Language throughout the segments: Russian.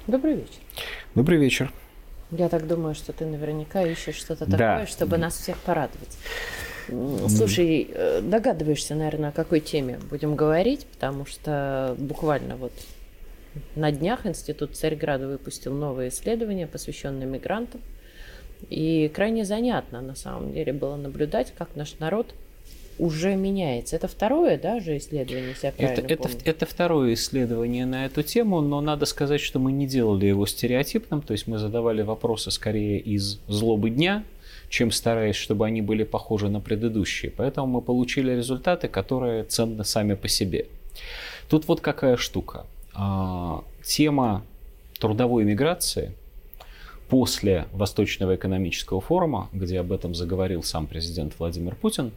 Добрый вечер. Добрый вечер. Я так думаю, что ты наверняка ищешь что-то Да. такое, чтобы нас всех порадовать. Слушай, догадываешься, наверное, о какой теме будем говорить, потому что буквально вот на днях Институт Царьграда выпустил новые исследования, посвященные мигрантам. И крайне занятно, на самом деле, было наблюдать, как наш народ уже меняется. Это второе, да, же исследование, если я правильно помню? Это второе исследование на эту тему, но надо сказать, что мы не делали его стереотипным, то есть мы задавали вопросы скорее из злобы дня, чем стараясь, чтобы они были похожи на предыдущие. Поэтому мы получили результаты, которые ценны сами по себе. Тут вот какая штука. Тема трудовой миграции после Восточного экономического форума, где об этом заговорил сам президент Владимир Путин,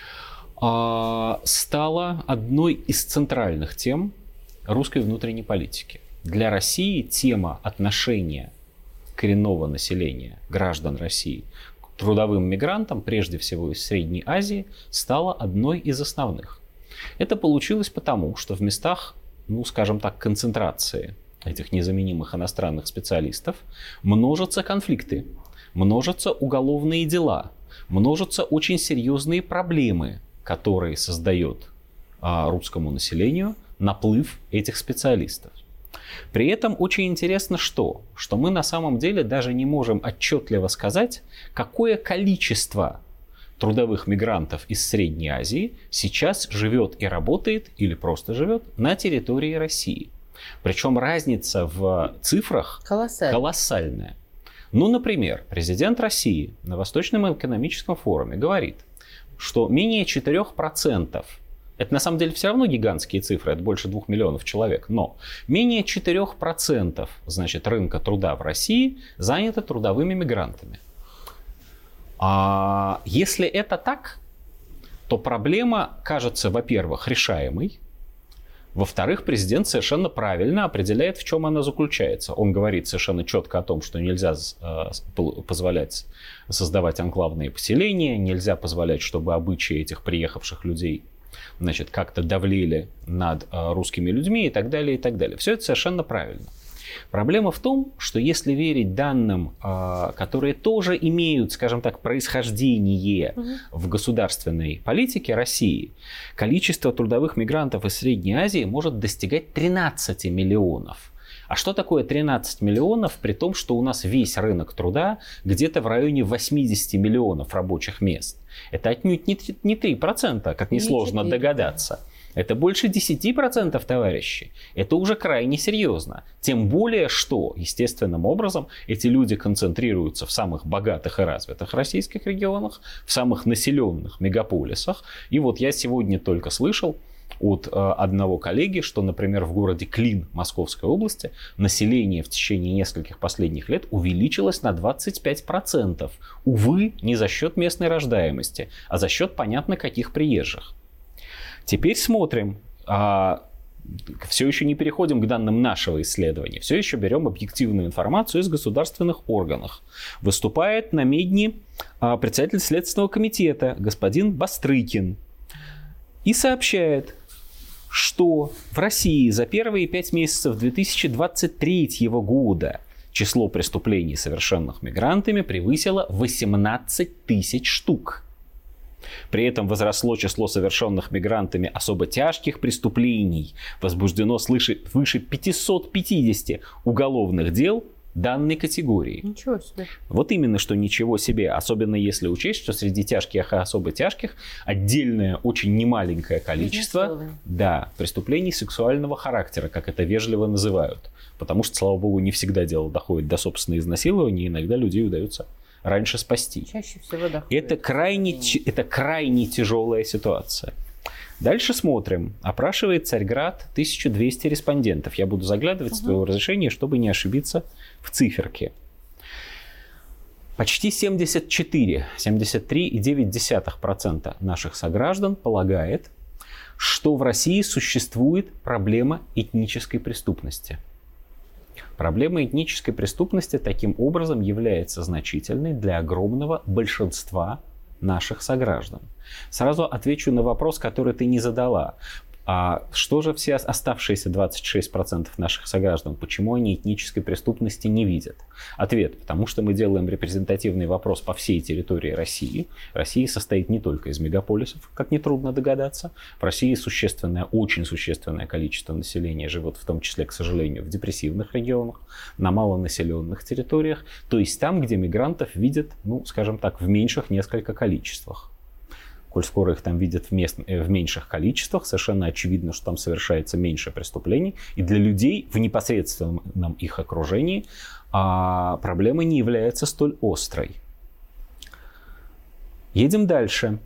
стала одной из центральных тем русской внутренней политики. Для России тема отношения коренного населения, граждан России, к трудовым мигрантам, прежде всего из Средней Азии, стала одной из основных. Это получилось потому, что в местах, скажем так, концентрации этих незаменимых иностранных специалистов множатся конфликты, множатся уголовные дела, множатся очень серьезные проблемы, которые создает русскому населению наплыв этих специалистов. При этом очень интересно, что мы на самом деле даже не можем отчетливо сказать, какое количество трудовых мигрантов из Средней Азии сейчас живет и работает, или просто живет на территории России. Причем разница в цифрах колоссальная. Например, президент России на Восточном экономическом форуме говорит, что менее 4%, это на самом деле все равно гигантские цифры, это больше 2 миллионов человек, но менее 4% значит, рынка труда в России занято трудовыми мигрантами. А если это так, то проблема кажется, во-первых, решаемой. Во-вторых, президент совершенно правильно определяет, в чем она заключается. Он говорит совершенно четко о том, что нельзя позволять создавать анклавные поселения, нельзя позволять, чтобы обычаи этих приехавших людей как-то давлели над русскими людьми и так далее, и так далее. Все это совершенно правильно. Проблема в том, что если верить данным, которые тоже имеют, скажем так, происхождение в государственной политике России, количество трудовых мигрантов из Средней Азии может достигать 13 миллионов. А что такое 13 миллионов, при том, что у нас весь рынок труда где-то в районе 80 миллионов рабочих мест? Это отнюдь не 3%, как несложно догадаться. Это больше 10%, товарищи. Это уже крайне серьезно. Тем более, что естественным образом эти люди концентрируются в самых богатых и развитых российских регионах, в самых населенных мегаполисах. И вот я сегодня только слышал от одного коллеги, что, например, в городе Клин Московской области население в течение нескольких последних лет увеличилось на 25%. Увы, не за счет местной рождаемости, а за счет понятно каких приезжих. Теперь смотрим, все еще не переходим к данным нашего исследования, все еще берем объективную информацию из государственных органов. Выступает на Медне председатель Следственного комитета господин Бастрыкин и сообщает, что в России за первые 5 месяцев 2023 года число преступлений, совершенных мигрантами, превысило 18 тысяч штук. При этом возросло число совершенных мигрантами особо тяжких преступлений, возбуждено свыше 550 уголовных дел данной категории. Ничего себе. Вот именно, что ничего себе. Особенно если учесть, что среди тяжких и особо тяжких отдельное, очень немаленькое количество преступлений сексуального характера, как это вежливо называют. Потому что, слава богу, не всегда дело доходит до собственного изнасилования, иногда людей удается раньше спасти. Чаще всего доходит. Это крайне тяжелая ситуация. Дальше смотрим. Опрашивает Царьград 1200 респондентов. Я буду заглядывать с твоего разрешения, чтобы не ошибиться в циферке. Почти 73,9% наших сограждан полагает, что в России существует проблема этнической преступности. Проблема этнической преступности таким образом является значительной для огромного большинства наших сограждан. Сразу отвечу на вопрос, который ты не задала. А что же все оставшиеся 26% наших сограждан, почему они этнической преступности не видят? Ответ: потому что мы делаем репрезентативный вопрос по всей территории России. Россия состоит не только из мегаполисов, как нетрудно догадаться. В России очень существенное количество населения живет, в том числе, к сожалению, в депрессивных регионах, на малонаселенных территориях, то есть там, где мигрантов видят, скажем так, в меньших несколько количествах. Коль скоро их там видят в меньших количествах, совершенно очевидно, что там совершается меньше преступлений. И для людей в непосредственном их окружении проблема не является столь острой. Едем дальше.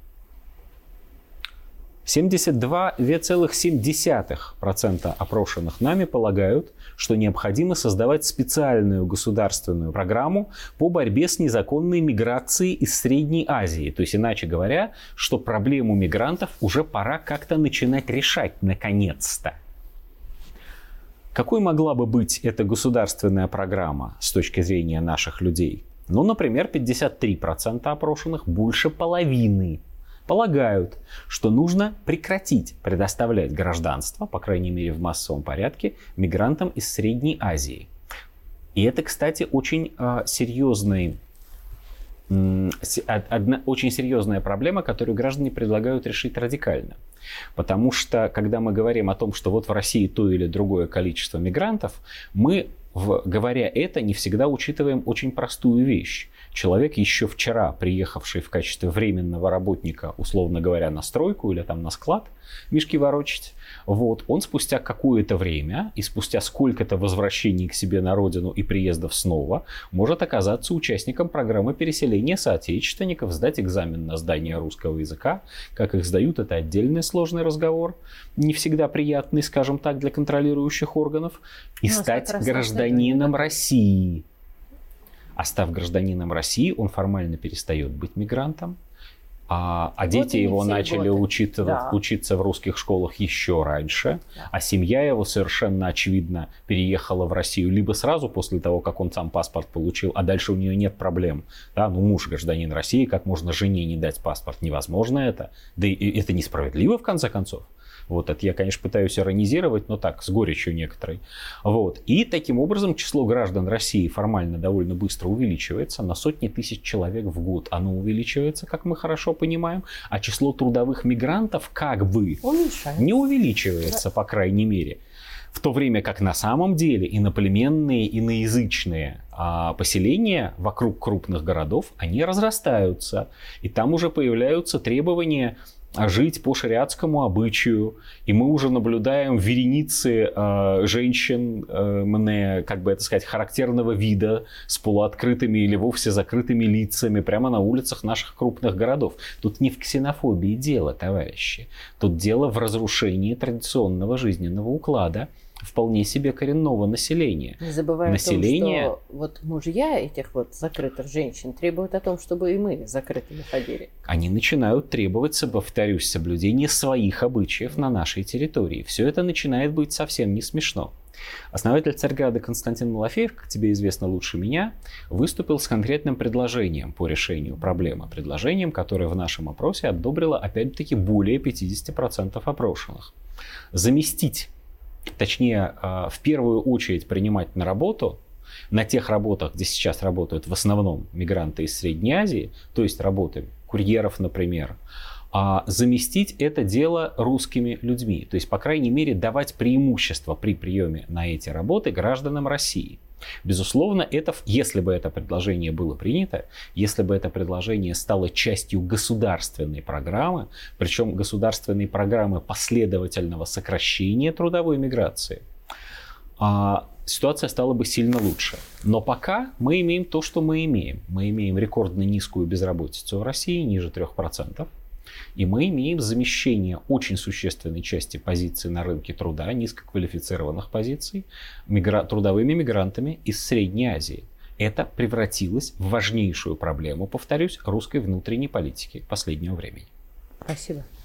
72,7% опрошенных нами полагают, что необходимо создавать специальную государственную программу по борьбе с незаконной миграцией из Средней Азии. То есть, иначе говоря, что проблему мигрантов уже пора как-то начинать решать наконец-то. Какой могла бы быть эта государственная программа с точки зрения наших людей? Например, 53% опрошенных, больше половины, полагают, что нужно прекратить предоставлять гражданство, по крайней мере в массовом порядке, мигрантам из Средней Азии. И это, кстати, очень серьезная проблема, которую граждане предлагают решить радикально. Потому что, когда мы говорим о том, что вот в России то или другое количество мигрантов, мы, говоря это, не всегда учитываем очень простую вещь. Человек, еще вчера приехавший в качестве временного работника, условно говоря, на стройку или там на склад мешки ворочать, он спустя какое-то время и спустя сколько-то возвращений к себе на родину и приездов снова может оказаться участником программы переселения соотечественников, сдать экзамен на знание русского языка. Как их сдают, это отдельный сложный разговор, не всегда приятный, скажем так, для контролирующих органов, и стать гражданином России. А став гражданином России, он формально перестает быть мигрантом, а дети его начали учиться в русских школах еще раньше, а семья его совершенно очевидно переехала в Россию либо сразу после того, как он сам паспорт получил, а дальше у нее нет проблем. Муж гражданин России, как можно жене не дать паспорт? Невозможно это. Да и это несправедливо, в конце концов. Это я, конечно, пытаюсь иронизировать, но так, с горечью некоторой. И таким образом число граждан России формально довольно быстро увеличивается на сотни тысяч человек в год. Оно увеличивается, как мы хорошо понимаем, а число трудовых мигрантов не увеличивается, по крайней мере. В то время как на самом деле иноплеменные, иноязычные поселения вокруг крупных городов, они разрастаются. И там уже появляются требования жить по шариатскому обычаю, и мы уже наблюдаем вереницы женщин, характерного вида, с полуоткрытыми или вовсе закрытыми лицами прямо на улицах наших крупных городов. Тут не в ксенофобии дело, товарищи. Тут дело в разрушении традиционного жизненного уклада вполне себе коренного населения. Не забываем о том, что мужья этих закрытых женщин требуют о том, чтобы и мы закрытыми ходили. Они начинают требовать, повторюсь, соблюдения своих обычаев на нашей территории. Все это начинает быть совсем не смешно. Основатель Царьграда Константин Малафеев, как тебе известно лучше меня, выступил с конкретным предложением по решению проблемы. Предложением, которое в нашем опросе одобрило, опять-таки, более 50% опрошенных. Точнее, в первую очередь принимать на работу, на тех работах, где сейчас работают в основном мигранты из Средней Азии, то есть работы курьеров, например, заместить это дело русскими людьми. То есть, по крайней мере, давать преимущество при приеме на эти работы гражданам России. Безусловно, если бы это предложение было принято, если бы это предложение стало частью государственной программы, причем государственной программы последовательного сокращения трудовой миграции, ситуация стала бы сильно лучше. Но пока мы имеем то, что мы имеем. Мы имеем рекордно низкую безработицу в России, ниже 3%. И мы имеем замещение очень существенной части позиций на рынке труда, низкоквалифицированных позиций, трудовыми мигрантами из Средней Азии. Это превратилось в важнейшую проблему, повторюсь, русской внутренней политики последнего времени. Спасибо.